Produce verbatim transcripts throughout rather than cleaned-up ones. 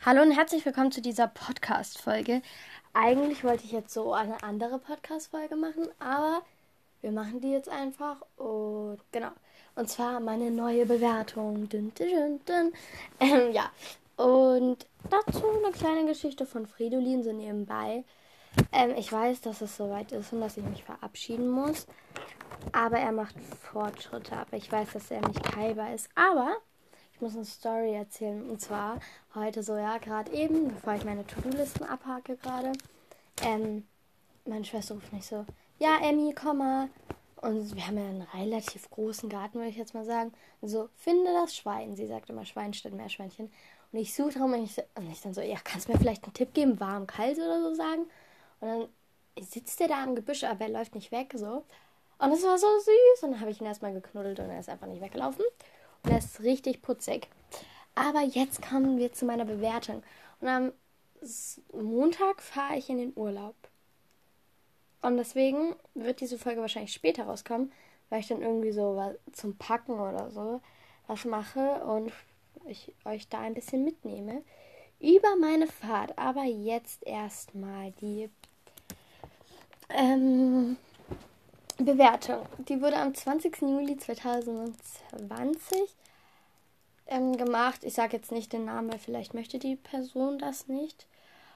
Hallo und herzlich willkommen zu dieser Podcast-Folge. Eigentlich wollte ich jetzt so eine andere Podcast-Folge machen, aber wir machen die jetzt einfach. Und genau. Und zwar meine neue Bewertung. Dün, dün, dün, dün. Ähm, ja. Und dazu eine kleine Geschichte von Fridolin so nebenbei. Ähm, ich weiß, dass es soweit ist und dass ich mich verabschieden muss. Aber er macht Fortschritte. Aber ich weiß, dass er nicht teilbar ist. Aber ich muss eine Story erzählen. Und zwar heute so, ja, gerade eben, bevor ich meine To-Do-Listen abhake gerade. Ähm, meine Schwester ruft mich so, ja, Emmy, komm mal. Und wir haben ja einen relativ großen Garten, würde ich jetzt mal sagen. Und so, finde das Schwein. Sie sagt immer Schwein statt Meerschweinchen. Und ich suche darum und ich, und ich dann so, ja, kannst du mir vielleicht einen Tipp geben, warm, kalt oder so sagen? Und dann sitzt der da im Gebüsch, aber er läuft nicht weg, so. Und es war so süß. Und dann habe ich ihn erstmal geknuddelt und er ist einfach nicht weggelaufen. Und er ist richtig putzig. Aber jetzt kommen wir zu meiner Bewertung. Und am Montag fahre ich in den Urlaub. Und deswegen wird diese Folge wahrscheinlich später rauskommen, weil ich dann irgendwie so was zum Packen oder so was mache und ich euch da ein bisschen mitnehme über meine Fahrt. Aber jetzt erstmal die ähm, Bewertung. Die wurde am zwanzigsten Juli zweitausendzwanzig ähm, gemacht. Ich sage jetzt nicht den Namen, weil vielleicht möchte die Person das nicht.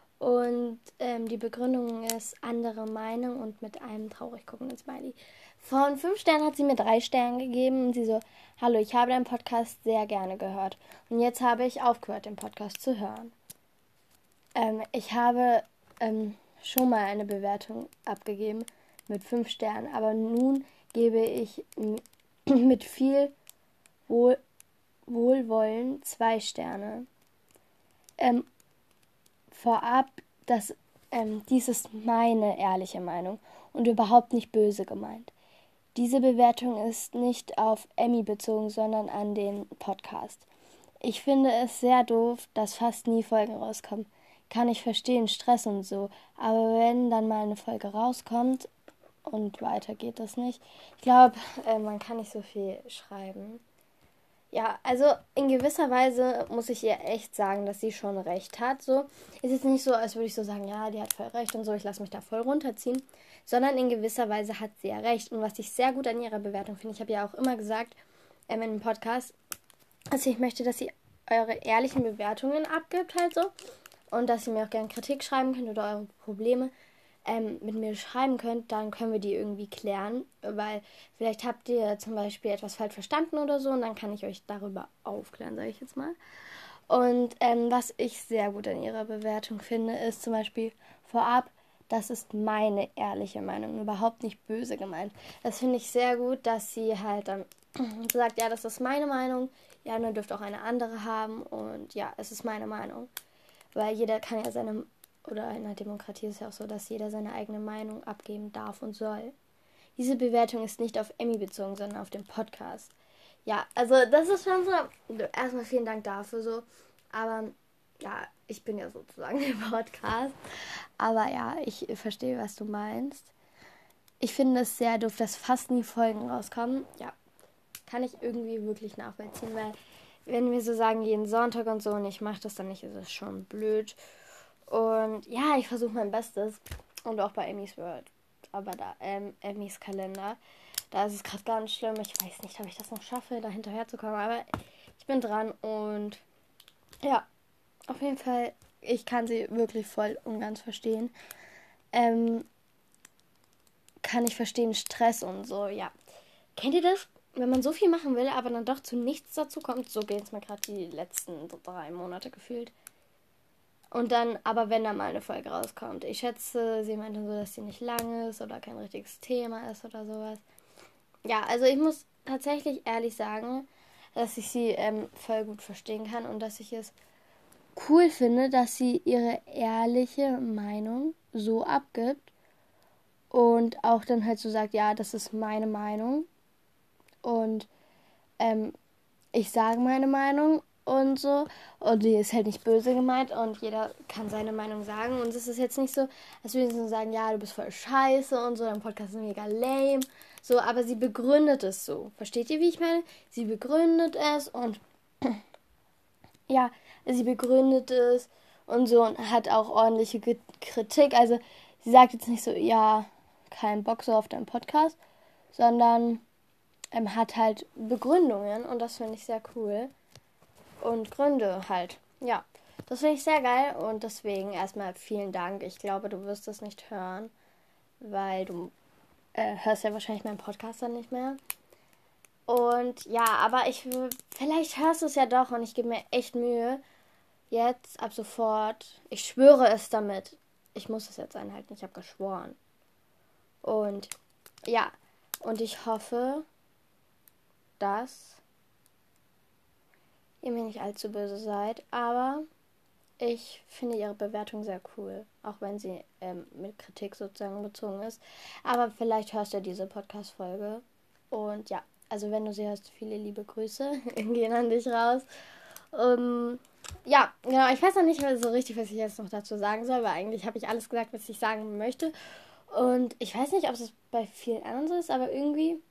Und ähm, die Begründung ist andere Meinung und mit einem traurig guckenden Smiley. Von fünf Sternen hat sie mir drei Sterne gegeben und sie so, hallo, ich habe deinen Podcast sehr gerne gehört. Und jetzt habe ich aufgehört, den Podcast zu hören. Ähm, ich habe ähm, schon mal eine Bewertung abgegeben mit fünf Sternen, aber nun gebe ich mit viel Wohl Wohlwollen zwei Sterne. Ähm, vorab, dass ähm, dies ist meine ehrliche Meinung und überhaupt nicht böse gemeint. Diese Bewertung ist nicht auf Emmy bezogen, sondern an den Podcast. Ich finde es sehr doof, dass fast nie Folgen rauskommen. Kann ich verstehen, Stress und so, aber wenn dann mal eine Folge rauskommt und weiter geht das nicht. Ich glaube, äh, man kann nicht so viel schreiben. Ja, also in gewisser Weise muss ich ihr echt sagen, dass sie schon recht hat. So ist jetzt nicht so, als würde ich so sagen, ja, die hat voll recht und so, ich lasse mich da voll runterziehen. Sondern in gewisser Weise hat sie ja recht. Und was ich sehr gut an ihrer Bewertung finde, ich habe ja auch immer gesagt ähm, in dem Podcast, dass ich möchte, dass sie eure ehrlichen Bewertungen abgibt halt so. Und dass ihr mir auch gerne Kritik schreiben könnt oder eure Probleme ähm, mit mir schreiben könnt, dann können wir die irgendwie klären, weil vielleicht habt ihr zum Beispiel etwas falsch verstanden oder so und dann kann ich euch darüber aufklären, sage ich jetzt mal. Und ähm, was ich sehr gut an ihrer Bewertung finde, ist zum Beispiel vorab, das ist meine ehrliche Meinung, überhaupt nicht böse gemeint. Das finde ich sehr gut, dass sie halt dann sagt, ja, das ist meine Meinung, ja, ihr dürft auch eine andere haben und ja, es ist meine Meinung. Weil jeder kann ja seine, oder in einer Demokratie ist es ja auch so, dass jeder seine eigene Meinung abgeben darf und soll. Diese Bewertung ist nicht auf Emmy bezogen, sondern auf den Podcast. Ja, also das ist schon so, erstmal vielen Dank dafür so, aber ja, ich bin ja sozusagen der Podcast, aber ja, ich verstehe, was du meinst. Ich finde es sehr doof, dass fast nie Folgen rauskommen. Ja, kann ich irgendwie wirklich nachvollziehen, weil wenn wir so sagen, jeden Sonntag und so und ich mache das dann nicht, ist es schon blöd. Und ja, ich versuche mein Bestes. Und auch bei Emmys World. Aber da, ähm, Emmys Kalender. Da ist es gerade ganz schlimm. Ich weiß nicht, ob ich das noch schaffe, da hinterher zu kommen. Aber ich bin dran und ja, auf jeden Fall, ich kann sie wirklich voll und ganz verstehen. Ähm, kann ich verstehen, Stress und so, ja. Kennt ihr das? Wenn man so viel machen will, aber dann doch zu nichts dazu kommt, so geht es mir gerade die letzten drei Monate gefühlt. Und dann, aber wenn da mal eine Folge rauskommt, ich schätze, sie meinte so, dass sie nicht lang ist oder kein richtiges Thema ist oder sowas. Ja, also ich muss tatsächlich ehrlich sagen, dass ich sie ähm, voll gut verstehen kann und dass ich es cool finde, dass sie ihre ehrliche Meinung so abgibt und auch dann halt so sagt, ja, das ist meine Meinung. Und ähm, ich sage meine Meinung und so. Und die ist halt nicht böse gemeint und jeder kann seine Meinung sagen. Und es ist jetzt nicht so, als würde sie so sagen, ja, du bist voll scheiße und so, dein Podcast ist mega lame. So, aber sie begründet es so. Versteht ihr, wie ich meine? Sie begründet es und ja, sie begründet es und so und hat auch ordentliche Kritik. Also sie sagt jetzt nicht so, ja, kein Bock so auf deinen Podcast, sondern ähm, hat halt Begründungen und das finde ich sehr cool. Und Gründe halt, ja. Das finde ich sehr geil und deswegen erstmal vielen Dank. Ich glaube, du wirst es nicht hören, weil du äh, hörst ja wahrscheinlich meinen Podcast dann nicht mehr. Und ja, aber ich vielleicht hörst du es ja doch und ich gebe mir echt Mühe. Jetzt, ab sofort. Ich schwöre es damit. Ich muss es jetzt einhalten. Ich habe geschworen. Und ja, und ich hoffe, dass ihr mir nicht allzu böse seid. Aber ich finde ihre Bewertung sehr cool. Auch wenn sie ähm, mit Kritik sozusagen bezogen ist. Aber vielleicht hörst du diese Podcast-Folge. Und ja, also wenn du sie hörst, viele liebe Grüße. Gehen an dich raus. Um, ja, genau. Ich weiß noch nicht so richtig, was ich jetzt noch dazu sagen soll, weil eigentlich habe ich alles gesagt, was ich sagen möchte. Und ich weiß nicht, ob es bei vielen anderen so ist, aber irgendwie,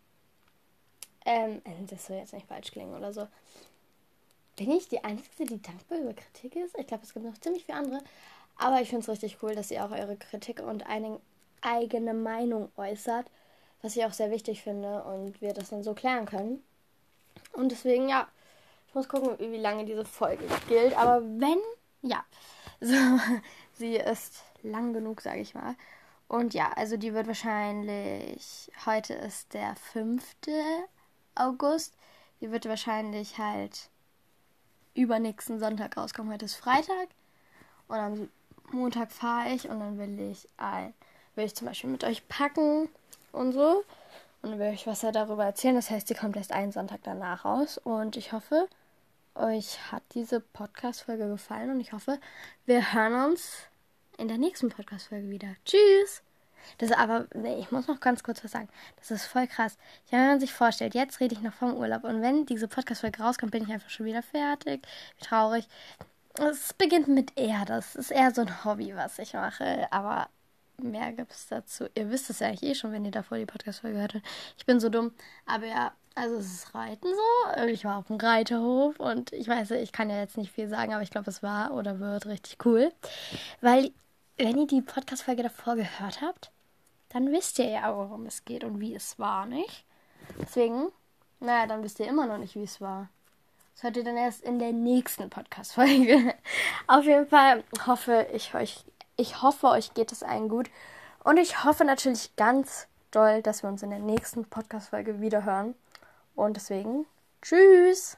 ähm, das soll jetzt nicht falsch klingen oder so. Bin ich die Einzige, die dankbar über Kritik ist? Ich glaube, es gibt noch ziemlich viele andere. Aber ich finde es richtig cool, dass ihr auch eure Kritik und eine eigene Meinung äußert, was ich auch sehr wichtig finde und wir das dann so klären können. Und deswegen, ja, ich muss gucken, wie lange diese Folge gilt. Aber wenn, ja, so, sie ist lang genug, sage ich mal. Und ja, also die wird wahrscheinlich, heute ist der fünfte August. Die wird wahrscheinlich halt übernächsten Sonntag rauskommen. Heute ist Freitag. Und am Montag fahre ich und dann will ich ein, will ich zum Beispiel mit euch packen und so. Und dann will ich was darüber erzählen. Das heißt, die kommt erst einen Sonntag danach raus. Und ich hoffe, euch hat diese Podcast-Folge gefallen. Und ich hoffe, wir hören uns in der nächsten Podcast-Folge wieder. Tschüss! Das ist aber, nee, ich muss noch ganz kurz was sagen. Das ist voll krass. Ja, wenn man sich vorstellt, jetzt rede ich noch vom Urlaub. Und wenn diese Podcast-Folge rauskommt, bin ich einfach schon wieder fertig. Wie traurig. Es beginnt mit eher. Das ist eher so ein Hobby, was ich mache. Aber mehr gibt es dazu. Ihr wisst es ja eigentlich eh schon, wenn ihr davor die Podcast-Folge gehört habt. Ich bin so dumm. Aber ja, also es ist Reiten so. Ich war auf dem Reiterhof und ich weiß, ich kann ja jetzt nicht viel sagen, aber ich glaube, es war oder wird richtig cool. Weil, wenn ihr die Podcast-Folge davor gehört habt, dann wisst ihr ja, worum es geht und wie es war, nicht? Deswegen, naja, dann wisst ihr immer noch nicht, wie es war. Das hört ihr dann erst in der nächsten Podcast-Folge. Auf jeden Fall hoffe ich euch, ich hoffe, euch geht es allen gut. Und ich hoffe natürlich ganz doll, dass wir uns in der nächsten Podcast-Folge wiederhören. Und deswegen, tschüss!